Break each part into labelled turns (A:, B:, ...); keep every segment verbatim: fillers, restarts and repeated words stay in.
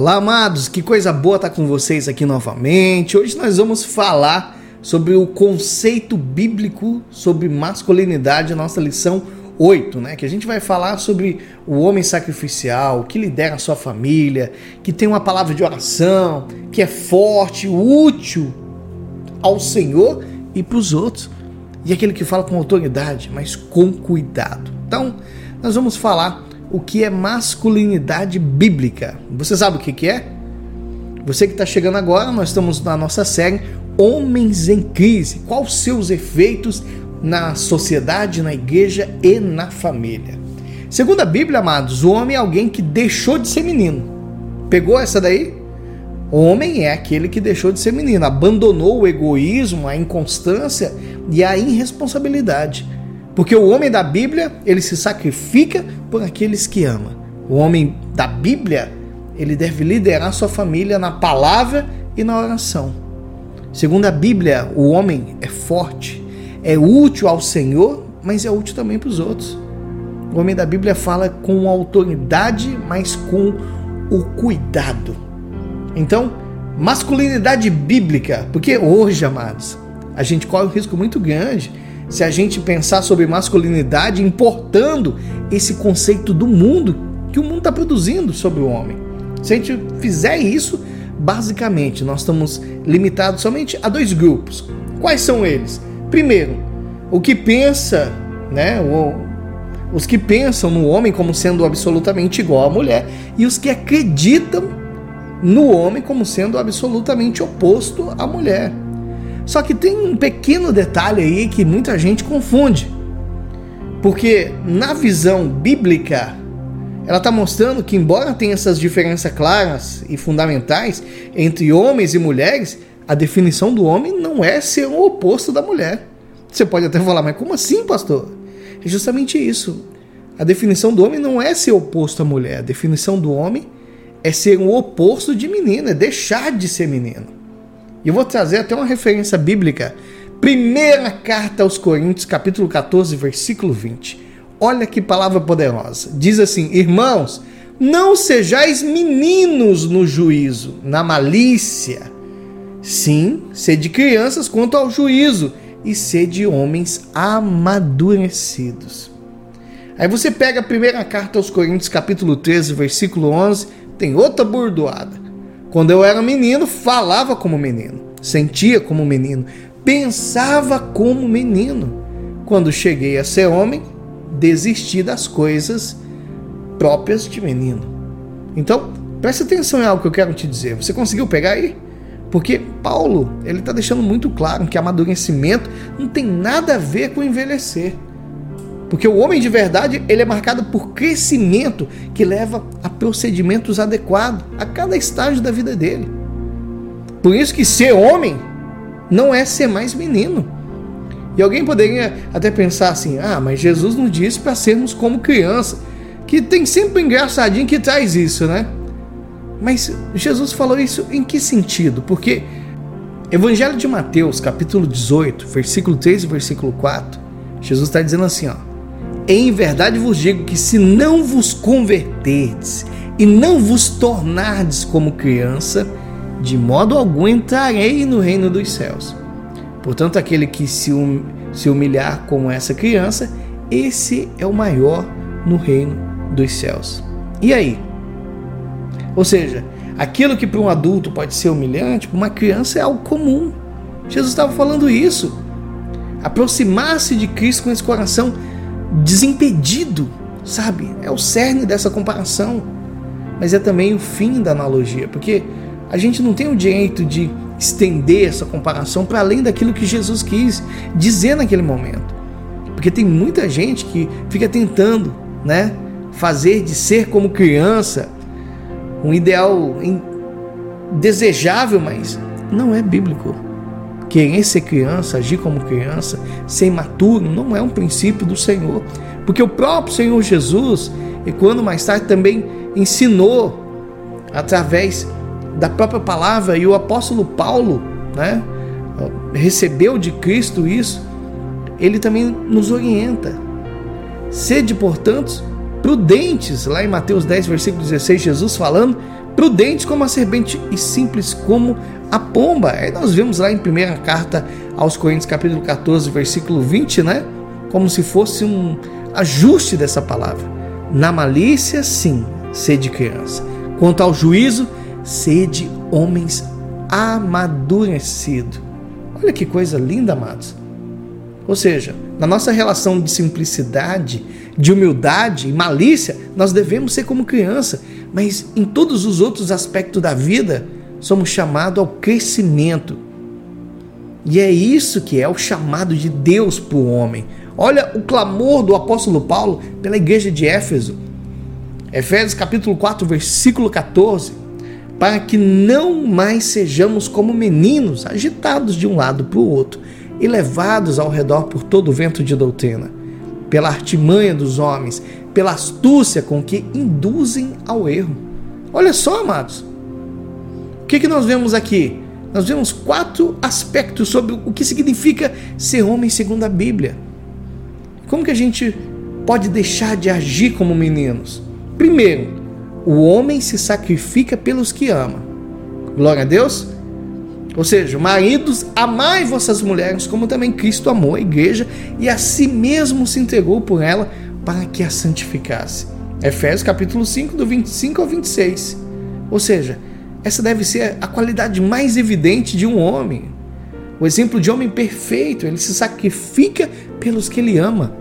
A: Olá, amados, que coisa boa estar com vocês aqui novamente. Hoje nós vamos falar sobre o conceito bíblico sobre masculinidade, nossa lição oito, né? Que a gente vai falar sobre o homem sacrificial, que lidera a sua família, que tem uma palavra de oração, que é forte, útil ao Senhor e para os outros. E aquele que fala com autoridade, mas com cuidado. Então, nós vamos falar o que é masculinidade bíblica. Você sabe o que que é? Você que está chegando agora, nós estamos na nossa série Homens em Crise. Quais os seus efeitos na sociedade, na igreja e na família? Segundo a Bíblia, amados, o homem é alguém que deixou de ser menino. Pegou essa daí? O homem é aquele que deixou de ser menino, abandonou o egoísmo, a inconstância e a irresponsabilidade. Porque o homem da Bíblia, ele se sacrifica por aqueles que ama. O homem da Bíblia, ele deve liderar sua família na palavra e na oração. Segundo a Bíblia, o homem é forte, é útil ao Senhor, mas é útil também para os outros. O homem da Bíblia fala com autoridade, mas com o cuidado. Então, masculinidade bíblica, porque hoje, amados, a gente corre um risco muito grande se a gente pensar sobre masculinidade importando esse conceito do mundo, que o mundo está produzindo sobre o homem. Se a gente fizer isso, basicamente, nós estamos limitados somente a dois grupos. Quais são eles? Primeiro, o que pensa, né, o, os que pensam no homem como sendo absolutamente igual à mulher, e os que acreditam no homem como sendo absolutamente oposto à mulher. Só que tem um pequeno detalhe aí que muita gente confunde. Porque na visão bíblica, ela está mostrando que, embora tenha essas diferenças claras e fundamentais entre homens e mulheres, a definição do homem não é ser o oposto da mulher. Você pode até falar, mas como assim, pastor? É justamente isso. A definição do homem não é ser oposto à mulher. A definição do homem é ser o oposto de menino, é deixar de ser menino. E eu vou trazer até uma referência bíblica. Primeira carta aos Coríntios, capítulo catorze, versículo vinte. Olha que palavra poderosa. Diz assim: irmãos, não sejais meninos no juízo, na malícia. Sim, sede crianças quanto ao juízo, e sede homens amadurecidos. Aí você pega a primeira carta aos Coríntios, capítulo treze, versículo onze, tem outra bordoada. Quando eu era menino, falava como menino, sentia como menino, pensava como menino. Quando cheguei a ser homem, desisti das coisas próprias de menino. Então, preste atenção em algo que eu quero te dizer. Você conseguiu pegar aí? Porque Paulo, ele está deixando muito claro que amadurecimento não tem nada a ver com envelhecer. Porque o homem de verdade, ele é marcado por crescimento que leva a procedimentos adequados a cada estágio da vida dele. Por isso que ser homem não é ser mais menino. E alguém poderia até pensar assim, ah, mas Jesus nos disse para sermos como criança, que tem sempre um engraçadinho que traz isso, né? Mas Jesus falou isso em que sentido? Porque Evangelho de Mateus, capítulo dezoito, versículo três e versículo quatro, Jesus está dizendo assim, ó: em verdade vos digo que se não vos converterdes e não vos tornardes como criança, de modo algum entrarei no reino dos céus. Portanto, aquele que se, hum, se humilhar como essa criança, esse é o maior no reino dos céus. E aí? Ou seja, aquilo que para um adulto pode ser humilhante, para uma criança é algo comum. Jesus estava falando isso. Aproximar-se de Cristo com esse coração desimpedido, sabe? É o cerne dessa comparação, mas é também o fim da analogia, porque a gente não tem o direito de estender essa comparação para além daquilo que Jesus quis dizer naquele momento, porque tem muita gente que fica tentando, né, fazer de ser como criança um ideal desejável, mas não é bíblico. Querer ser criança, agir como criança, ser imaturo, não é um princípio do Senhor. Porque o próprio Senhor Jesus, e quando mais tarde também ensinou, através da própria palavra, e o apóstolo Paulo, né, recebeu de Cristo isso, ele também nos orienta. Sede, portanto, prudentes, lá em Mateus dez, versículo dezesseis, Jesus falando, prudentes como a serpente e simples como a pomba. Aí nós vemos lá em primeira carta aos Coríntios, capítulo catorze, versículo vinte, né? Como se fosse um ajuste dessa palavra. Na malícia, sim, sede criança. Quanto ao juízo, sede homens amadurecidos. Olha que coisa linda, amados. Ou seja, na nossa relação de simplicidade, de humildade e malícia, nós devemos ser como criança, mas em todos os outros aspectos da vida, somos chamados ao crescimento. E é isso que é o chamado de Deus para o homem. Olha o clamor do apóstolo Paulo pela igreja de Éfeso. Efésios capítulo quatro, versículo catorze. Para que não mais sejamos como meninos, agitados de um lado para o outro e levados ao redor por todo o vento de doutrina, pela artimanha dos homens, pela astúcia com que induzem ao erro. Olha só, amados. O que, que nós vemos aqui? Nós vemos quatro aspectos sobre o que significa ser homem segundo a Bíblia. Como que a gente pode deixar de agir como meninos? Primeiro, o homem se sacrifica pelos que ama. Glória a Deus. Ou seja, maridos, amai vossas mulheres como também Cristo amou a igreja e a si mesmo se entregou por ela para que a santificasse. Efésios capítulo cinco, do vinte e cinco ao vinte e seis. Ou seja, essa deve ser a qualidade mais evidente de um homem. O exemplo de homem perfeito, ele se sacrifica pelos que ele ama.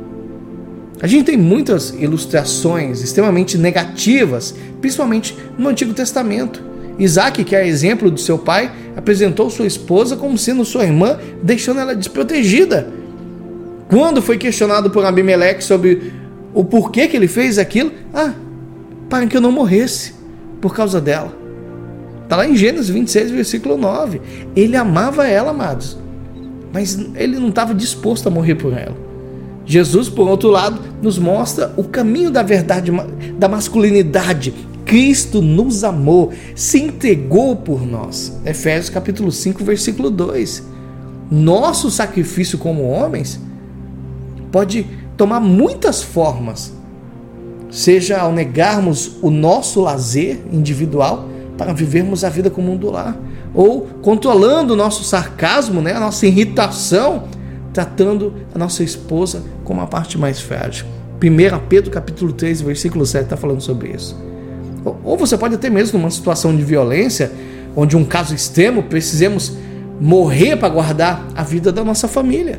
A: A gente tem muitas ilustrações extremamente negativas, principalmente no Antigo Testamento. Isaac, que é exemplo do seu pai, apresentou sua esposa como sendo sua irmã, deixando ela desprotegida. Quando foi questionado por Abimeleque sobre o porquê que ele fez aquilo, ah, para que eu não morresse por causa dela. Está lá em Gênesis vinte e seis, versículo nove. Ele amava ela, amados, mas ele não estava disposto a morrer por ela. Jesus, por outro lado, nos mostra o caminho da verdade, da masculinidade. Cristo nos amou, se entregou por nós. Efésios capítulo cinco, versículo dois. Nosso sacrifício como homens pode tomar muitas formas, seja ao negarmos o nosso lazer individual para vivermos a vida comum do lar, ou controlando o nosso sarcasmo, né, a nossa irritação, tratando a nossa esposa como a parte mais frágil. primeiro Pedro capítulo três, versículo sete está falando sobre isso. Ou você pode até mesmo numa situação de violência, onde um caso extremo, precisemos morrer para guardar a vida da nossa família.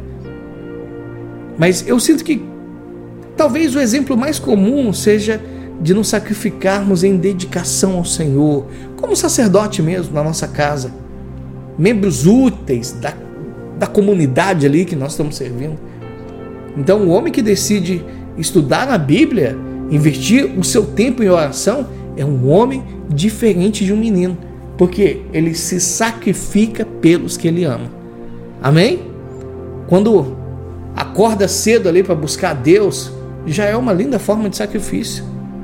A: Mas eu sinto que talvez o exemplo mais comum seja de nos sacrificarmos em dedicação ao Senhor, como sacerdote mesmo na nossa casa, membros úteis da, da comunidade ali que nós estamos servindo. Então o homem que decide estudar a Bíblia, investir o seu tempo em oração, é um homem diferente de um menino, porque ele se sacrifica pelos que ele ama. Amém? Quando acorda cedo ali para buscar a Deus, já é uma linda forma de sacrifício.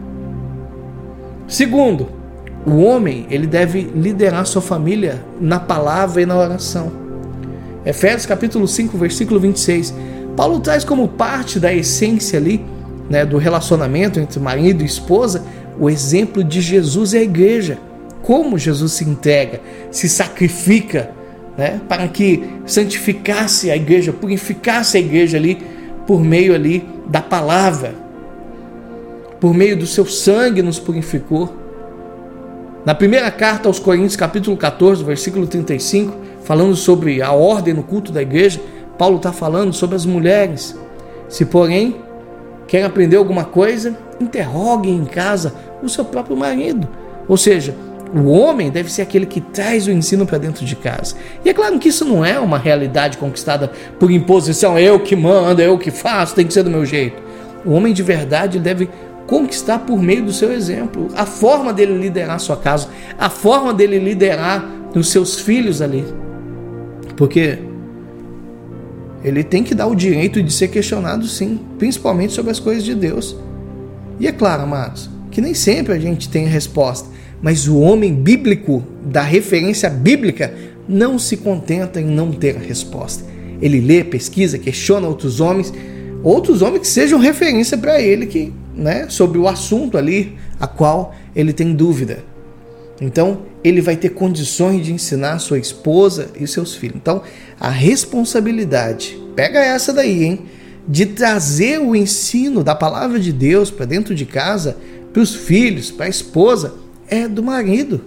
A: Segundo, o homem ele deve liderar sua família na palavra e na oração. Efésios capítulo cinco, versículo vinte e seis. Paulo traz como parte da essência ali, né, do relacionamento entre marido e esposa, o exemplo de Jesus e a igreja. Como Jesus se entrega, se sacrifica, né, para que santificasse a igreja, purificasse a igreja ali por meio ali da palavra, por meio do seu sangue nos purificou. Na primeira carta aos Coríntios, capítulo catorze, versículo trinta e cinco, falando sobre a ordem no culto da igreja, Paulo está falando sobre as mulheres. Se, porém, quer aprender alguma coisa, interroguem em casa o seu próprio marido. Ou seja, o homem deve ser aquele que traz o ensino para dentro de casa. E é claro que isso não é uma realidade conquistada por imposição, eu que mando, eu que faço, tem que ser do meu jeito. O homem de verdade deve conquistar por meio do seu exemplo, a forma dele liderar a sua casa, a forma dele liderar os seus filhos ali. Porque ele tem que dar o direito de ser questionado, sim, principalmente sobre as coisas de Deus. E é claro, amados, que nem sempre a gente tem a resposta, mas o homem bíblico, da referência bíblica, não se contenta em não ter a resposta. Ele lê, pesquisa, questiona outros homens, outros homens que sejam referência para ele, que, né, sobre o assunto ali, a qual ele tem dúvida. Então, ele vai ter condições de ensinar sua esposa e seus filhos. Então, a responsabilidade, pega essa daí, hein? De trazer o ensino da palavra de Deus para dentro de casa, para os filhos, para a esposa, é do marido.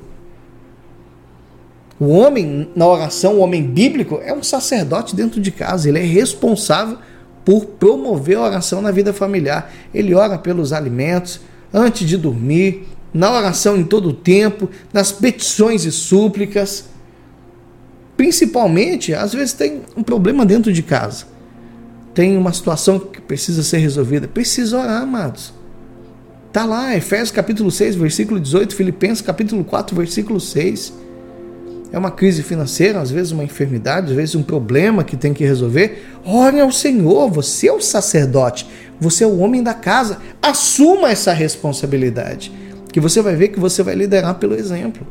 A: O homem, na oração, o homem bíblico, é um sacerdote dentro de casa. Ele é responsável por promover a oração na vida familiar. Ele ora pelos alimentos, antes de dormir, na oração em todo o tempo, nas petições e súplicas. Principalmente, às vezes tem um problema dentro de casa. Tem uma situação que precisa ser resolvida. Precisa orar, amados. Está lá, Efésios capítulo seis, versículo dezoito, Filipenses capítulo quatro, versículo seis. É uma crise financeira, às vezes uma enfermidade, às vezes um problema que tem que resolver. Ore ao Senhor, você é o sacerdote, você é o homem da casa. Assuma essa responsabilidade, que você vai ver que você vai liderar pelo exemplo.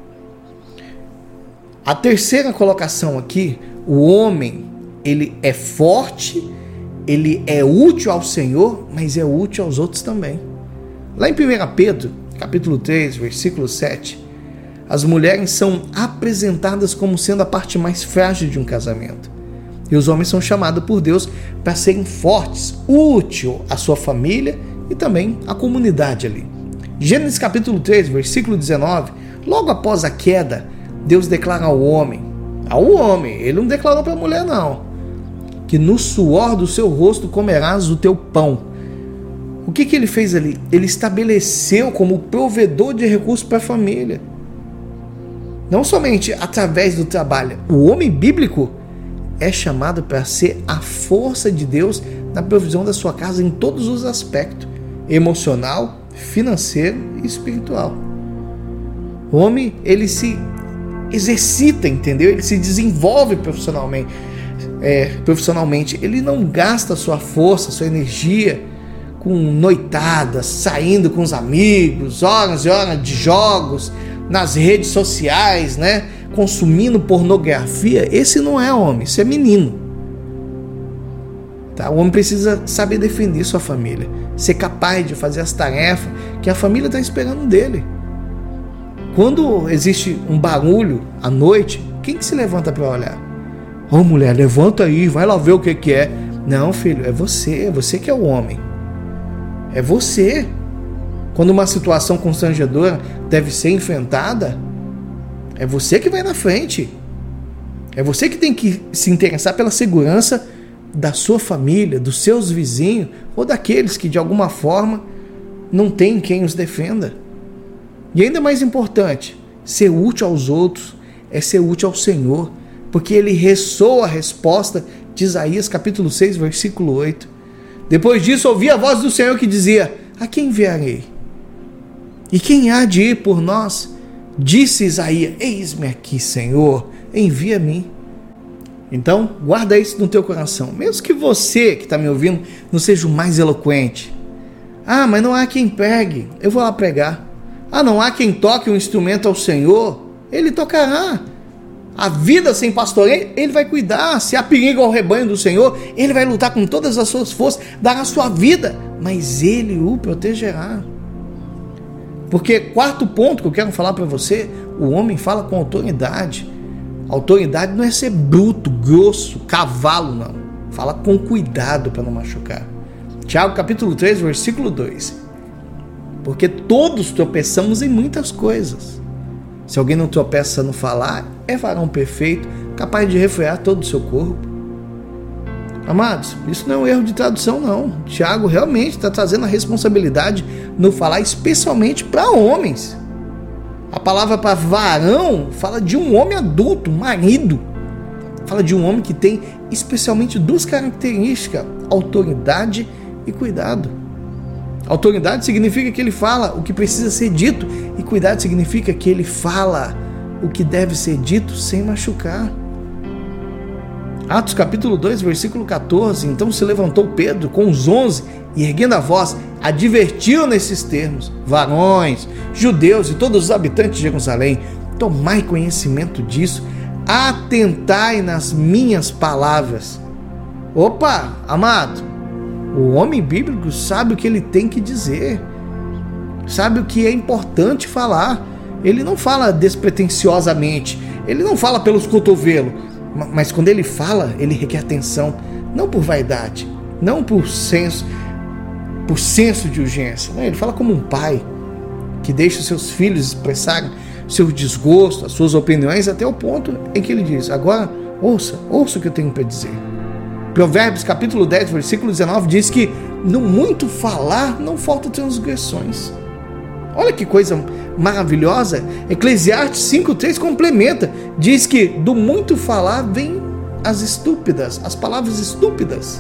A: A terceira colocação aqui, o homem, ele é forte, ele é útil ao Senhor, mas é útil aos outros também. Lá em primeiro Pedro, capítulo três, versículo sete, as mulheres são apresentadas como sendo a parte mais frágil de um casamento. E os homens são chamados por Deus para serem fortes, útil à sua família e também à comunidade ali. Gênesis capítulo três, versículo dezenove, logo após a queda, Deus declara ao homem, ao homem, ele não declarou para a mulher não, que no suor do seu rosto comerás o teu pão. O que, que ele fez ali? Ele estabeleceu como provedor de recursos para a família. Não somente através do trabalho. O homem bíblico é chamado para ser a força de Deus na provisão da sua casa em todos os aspectos. Emocional, financeiro e espiritual. O homem, ele se exercita, entendeu? Ele se desenvolve profissionalmente. É, profissionalmente. Ele não gasta sua força, sua energia com noitadas, saindo com os amigos, horas e horas de jogos, nas redes sociais, né? Consumindo pornografia. Esse não é homem, isso é menino. Tá? O homem precisa saber defender sua família, ser capaz de fazer as tarefas que a família está esperando dele. Quando existe um barulho à noite, quem que se levanta para olhar? Ô, mulher, levanta aí, vai lá ver o que que é. Não, filho, é você, é você que é o homem. É você. Quando uma situação constrangedora deve ser enfrentada, é você que vai na frente. É você que tem que se interessar pela segurança da sua família, dos seus vizinhos ou daqueles que de alguma forma não tem quem os defenda. E ainda mais importante, ser útil aos outros é ser útil ao Senhor, porque ele ressoa a resposta de Isaías capítulo seis, versículo oito. Depois disso, ouvi a voz do Senhor que dizia: a quem enviarei? E quem há de ir por nós? Disse Isaías: eis-me aqui, Senhor, envia-me. Então, guarda isso no teu coração. Mesmo que você que está me ouvindo não seja o mais eloquente. Ah, mas não há quem pregue. Eu vou lá pregar. Ah, não há quem toque um instrumento ao Senhor. Ele tocará. A vida sem pastoreio, ele vai cuidar. Se há perigo ao rebanho do Senhor, ele vai lutar com todas as suas forças, dará a sua vida, mas ele o protegerá. Porque, quarto ponto que eu quero falar para você, o homem fala com autoridade. Autoridade não é ser bruto, grosso, cavalo, não. Fala com cuidado para não machucar. Tiago capítulo três, versículo dois. Porque todos tropeçamos em muitas coisas. Se alguém não tropeça no falar, é varão perfeito, capaz de refrear todo o seu corpo. Amados, isso não é um erro de tradução, não. Tiago realmente está trazendo a responsabilidade no falar, especialmente para homens. A palavra para varão fala de um homem adulto, um marido. Fala de um homem que tem especialmente duas características: autoridade e cuidado. Autoridade significa que ele fala o que precisa ser dito, e cuidado significa que ele fala o que deve ser dito sem machucar. Atos capítulo dois, versículo catorze. Então se levantou Pedro com os onze e, erguendo a voz, advertiu nesses termos: varões, judeus e todos os habitantes de Jerusalém, tomai conhecimento disso, atentai nas minhas palavras. Opa, amado, o homem bíblico sabe o que ele tem que dizer, sabe o que é importante falar. ele não fala despretensiosamente, ele não fala pelos cotovelos, mas quando ele fala, ele requer atenção, não por vaidade, não por senso, por senso de urgência, né? Ele fala como um pai que deixa os seus filhos expressarem seu desgosto, as suas opiniões, até o ponto em que ele diz: agora ouça, ouça o que eu tenho para dizer. Provérbios capítulo dez, versículo dezenove diz que no muito falar não faltam transgressões. Olha que coisa maravilhosa. Eclesiastes cinco, três complementa, diz que do muito falar vem as estúpidas, as palavras estúpidas.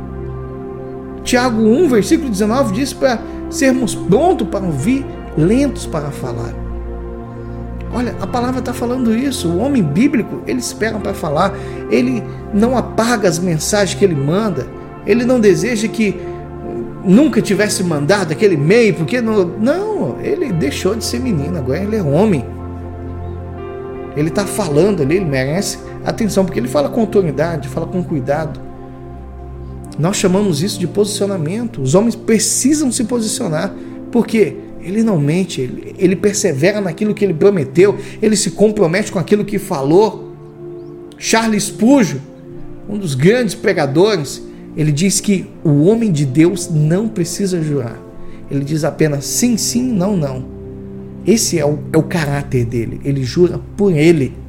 A: Tiago um, versículo dezenove diz para sermos prontos para ouvir, lentos para falar. Olha, a palavra está falando isso. O homem bíblico, ele espera para falar, ele não apaga as mensagens que ele manda, ele não deseja que nunca tivesse mandado aquele e-mail, porque não, não, ele deixou de ser menino, agora ele é homem. Ele está falando ali, ele merece atenção, porque ele fala com autoridade, fala com cuidado. Nós chamamos isso de posicionamento. Os homens precisam se posicionar, porque ele não mente, ele, ele persevera naquilo que ele prometeu, ele se compromete com aquilo que falou. Charles Spurgeon, um dos grandes pregadores, ele diz que o homem de Deus não precisa jurar. Ele diz apenas sim, sim, não, não. Esse é o, é o caráter dele. Ele jura por ele.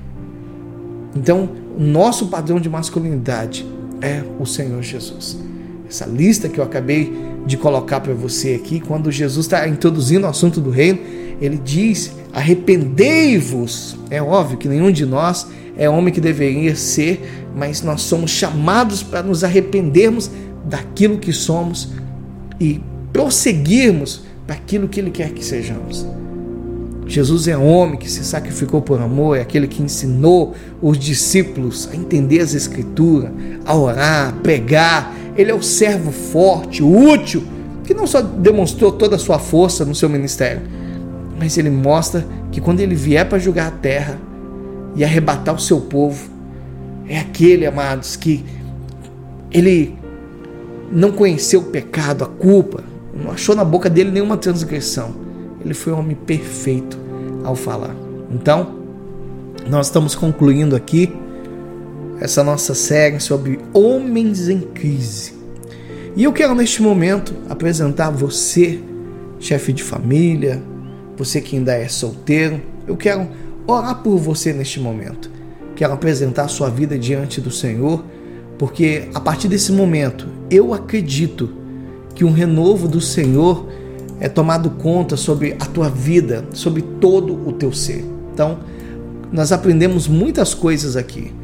A: Então, o nosso padrão de masculinidade é o Senhor Jesus. Essa lista que eu acabei de colocar para você aqui, quando Jesus está introduzindo o assunto do reino, ele diz: arrependei-vos. É óbvio que nenhum de nós é homem que deveria ser, mas nós somos chamados para nos arrependermos daquilo que somos e prosseguirmos para aquilo que ele quer que sejamos. Jesus é homem que se sacrificou por amor, é aquele que ensinou os discípulos a entender as Escrituras, a orar, a pregar. Ele é o servo forte, útil, que não só demonstrou toda a sua força no seu ministério, mas ele mostra que quando ele vier para julgar a terra e arrebatar o seu povo, é aquele, amados, que ele não conheceu o pecado, a culpa, não achou na boca dele nenhuma transgressão. Ele foi um homem perfeito ao falar. Então, nós estamos concluindo aqui essa nossa série sobre homens em crise. E eu quero neste momento apresentar você, chefe de família, você que ainda é solteiro. Eu quero orar por você neste momento. Quero apresentar a sua vida diante do Senhor, porque a partir desse momento eu acredito que um renovo do Senhor é tomado conta sobre a tua vida, sobre todo o teu ser. Então, nós aprendemos muitas coisas aqui.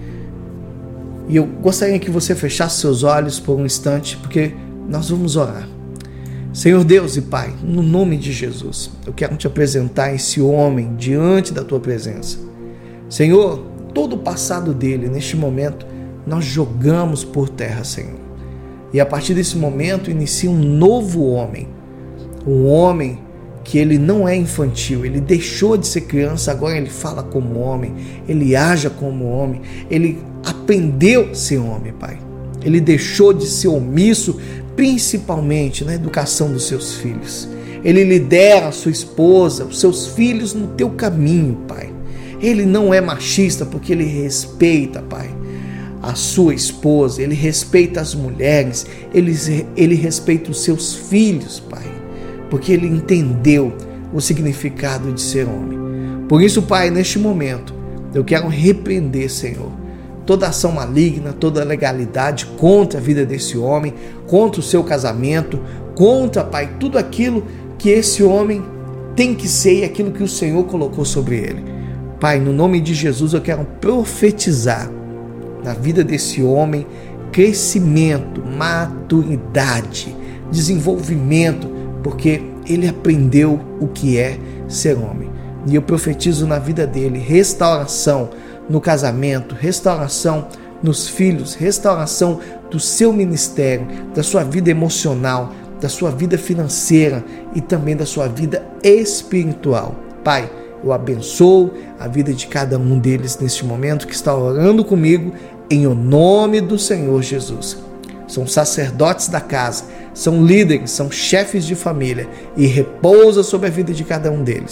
A: E eu gostaria que você fechasse seus olhos por um instante, porque nós vamos orar. Senhor Deus e Pai, no nome de Jesus, eu quero te apresentar esse homem diante da tua presença. Senhor, todo o passado dele, neste momento, nós jogamos por terra, Senhor. E a partir desse momento, inicia um novo homem. Um homem que ele não é infantil, ele deixou de ser criança, agora ele fala como homem, ele age como homem, ele aprendeu a ser homem, Pai. Ele deixou de ser omisso, principalmente na educação dos seus filhos. Ele lidera a sua esposa, os seus filhos no teu caminho, Pai. Ele não é machista porque ele respeita, Pai, a sua esposa, ele respeita as mulheres, ele, ele respeita os seus filhos, Pai, porque ele entendeu o significado de ser homem. Por isso, Pai, neste momento, eu quero repreender, Senhor, toda ação maligna, toda legalidade contra a vida desse homem, contra o seu casamento, contra, Pai, tudo aquilo que esse homem tem que ser e aquilo que o Senhor colocou sobre ele. Pai, no nome de Jesus, eu quero profetizar na vida desse homem crescimento, maturidade, desenvolvimento, porque ele aprendeu o que é ser homem. E eu profetizo na vida dele restauração no casamento, restauração nos filhos, restauração do seu ministério, da sua vida emocional, da sua vida financeira e também da sua vida espiritual. Pai, eu abençoo a vida de cada um deles neste momento que está orando comigo em o nome do Senhor Jesus. São sacerdotes da casa, são líderes, são chefes de família e repousa sobre a vida de cada um deles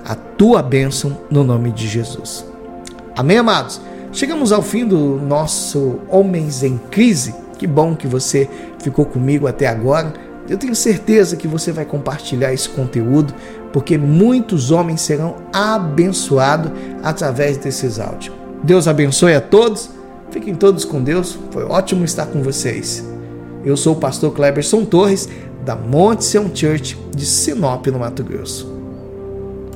A: a tua bênção no nome de Jesus. Amém, amados? Chegamos ao fim do nosso Homens em Crise. Que bom que você ficou comigo até agora. Eu tenho certeza que você vai compartilhar esse conteúdo, porque muitos homens serão abençoados através desses áudios. Deus abençoe a todos. Fiquem todos com Deus. Foi ótimo estar com vocês. Eu sou o pastor Cleberson Torres, da Monte Sião Church de Sinop, no Mato Grosso.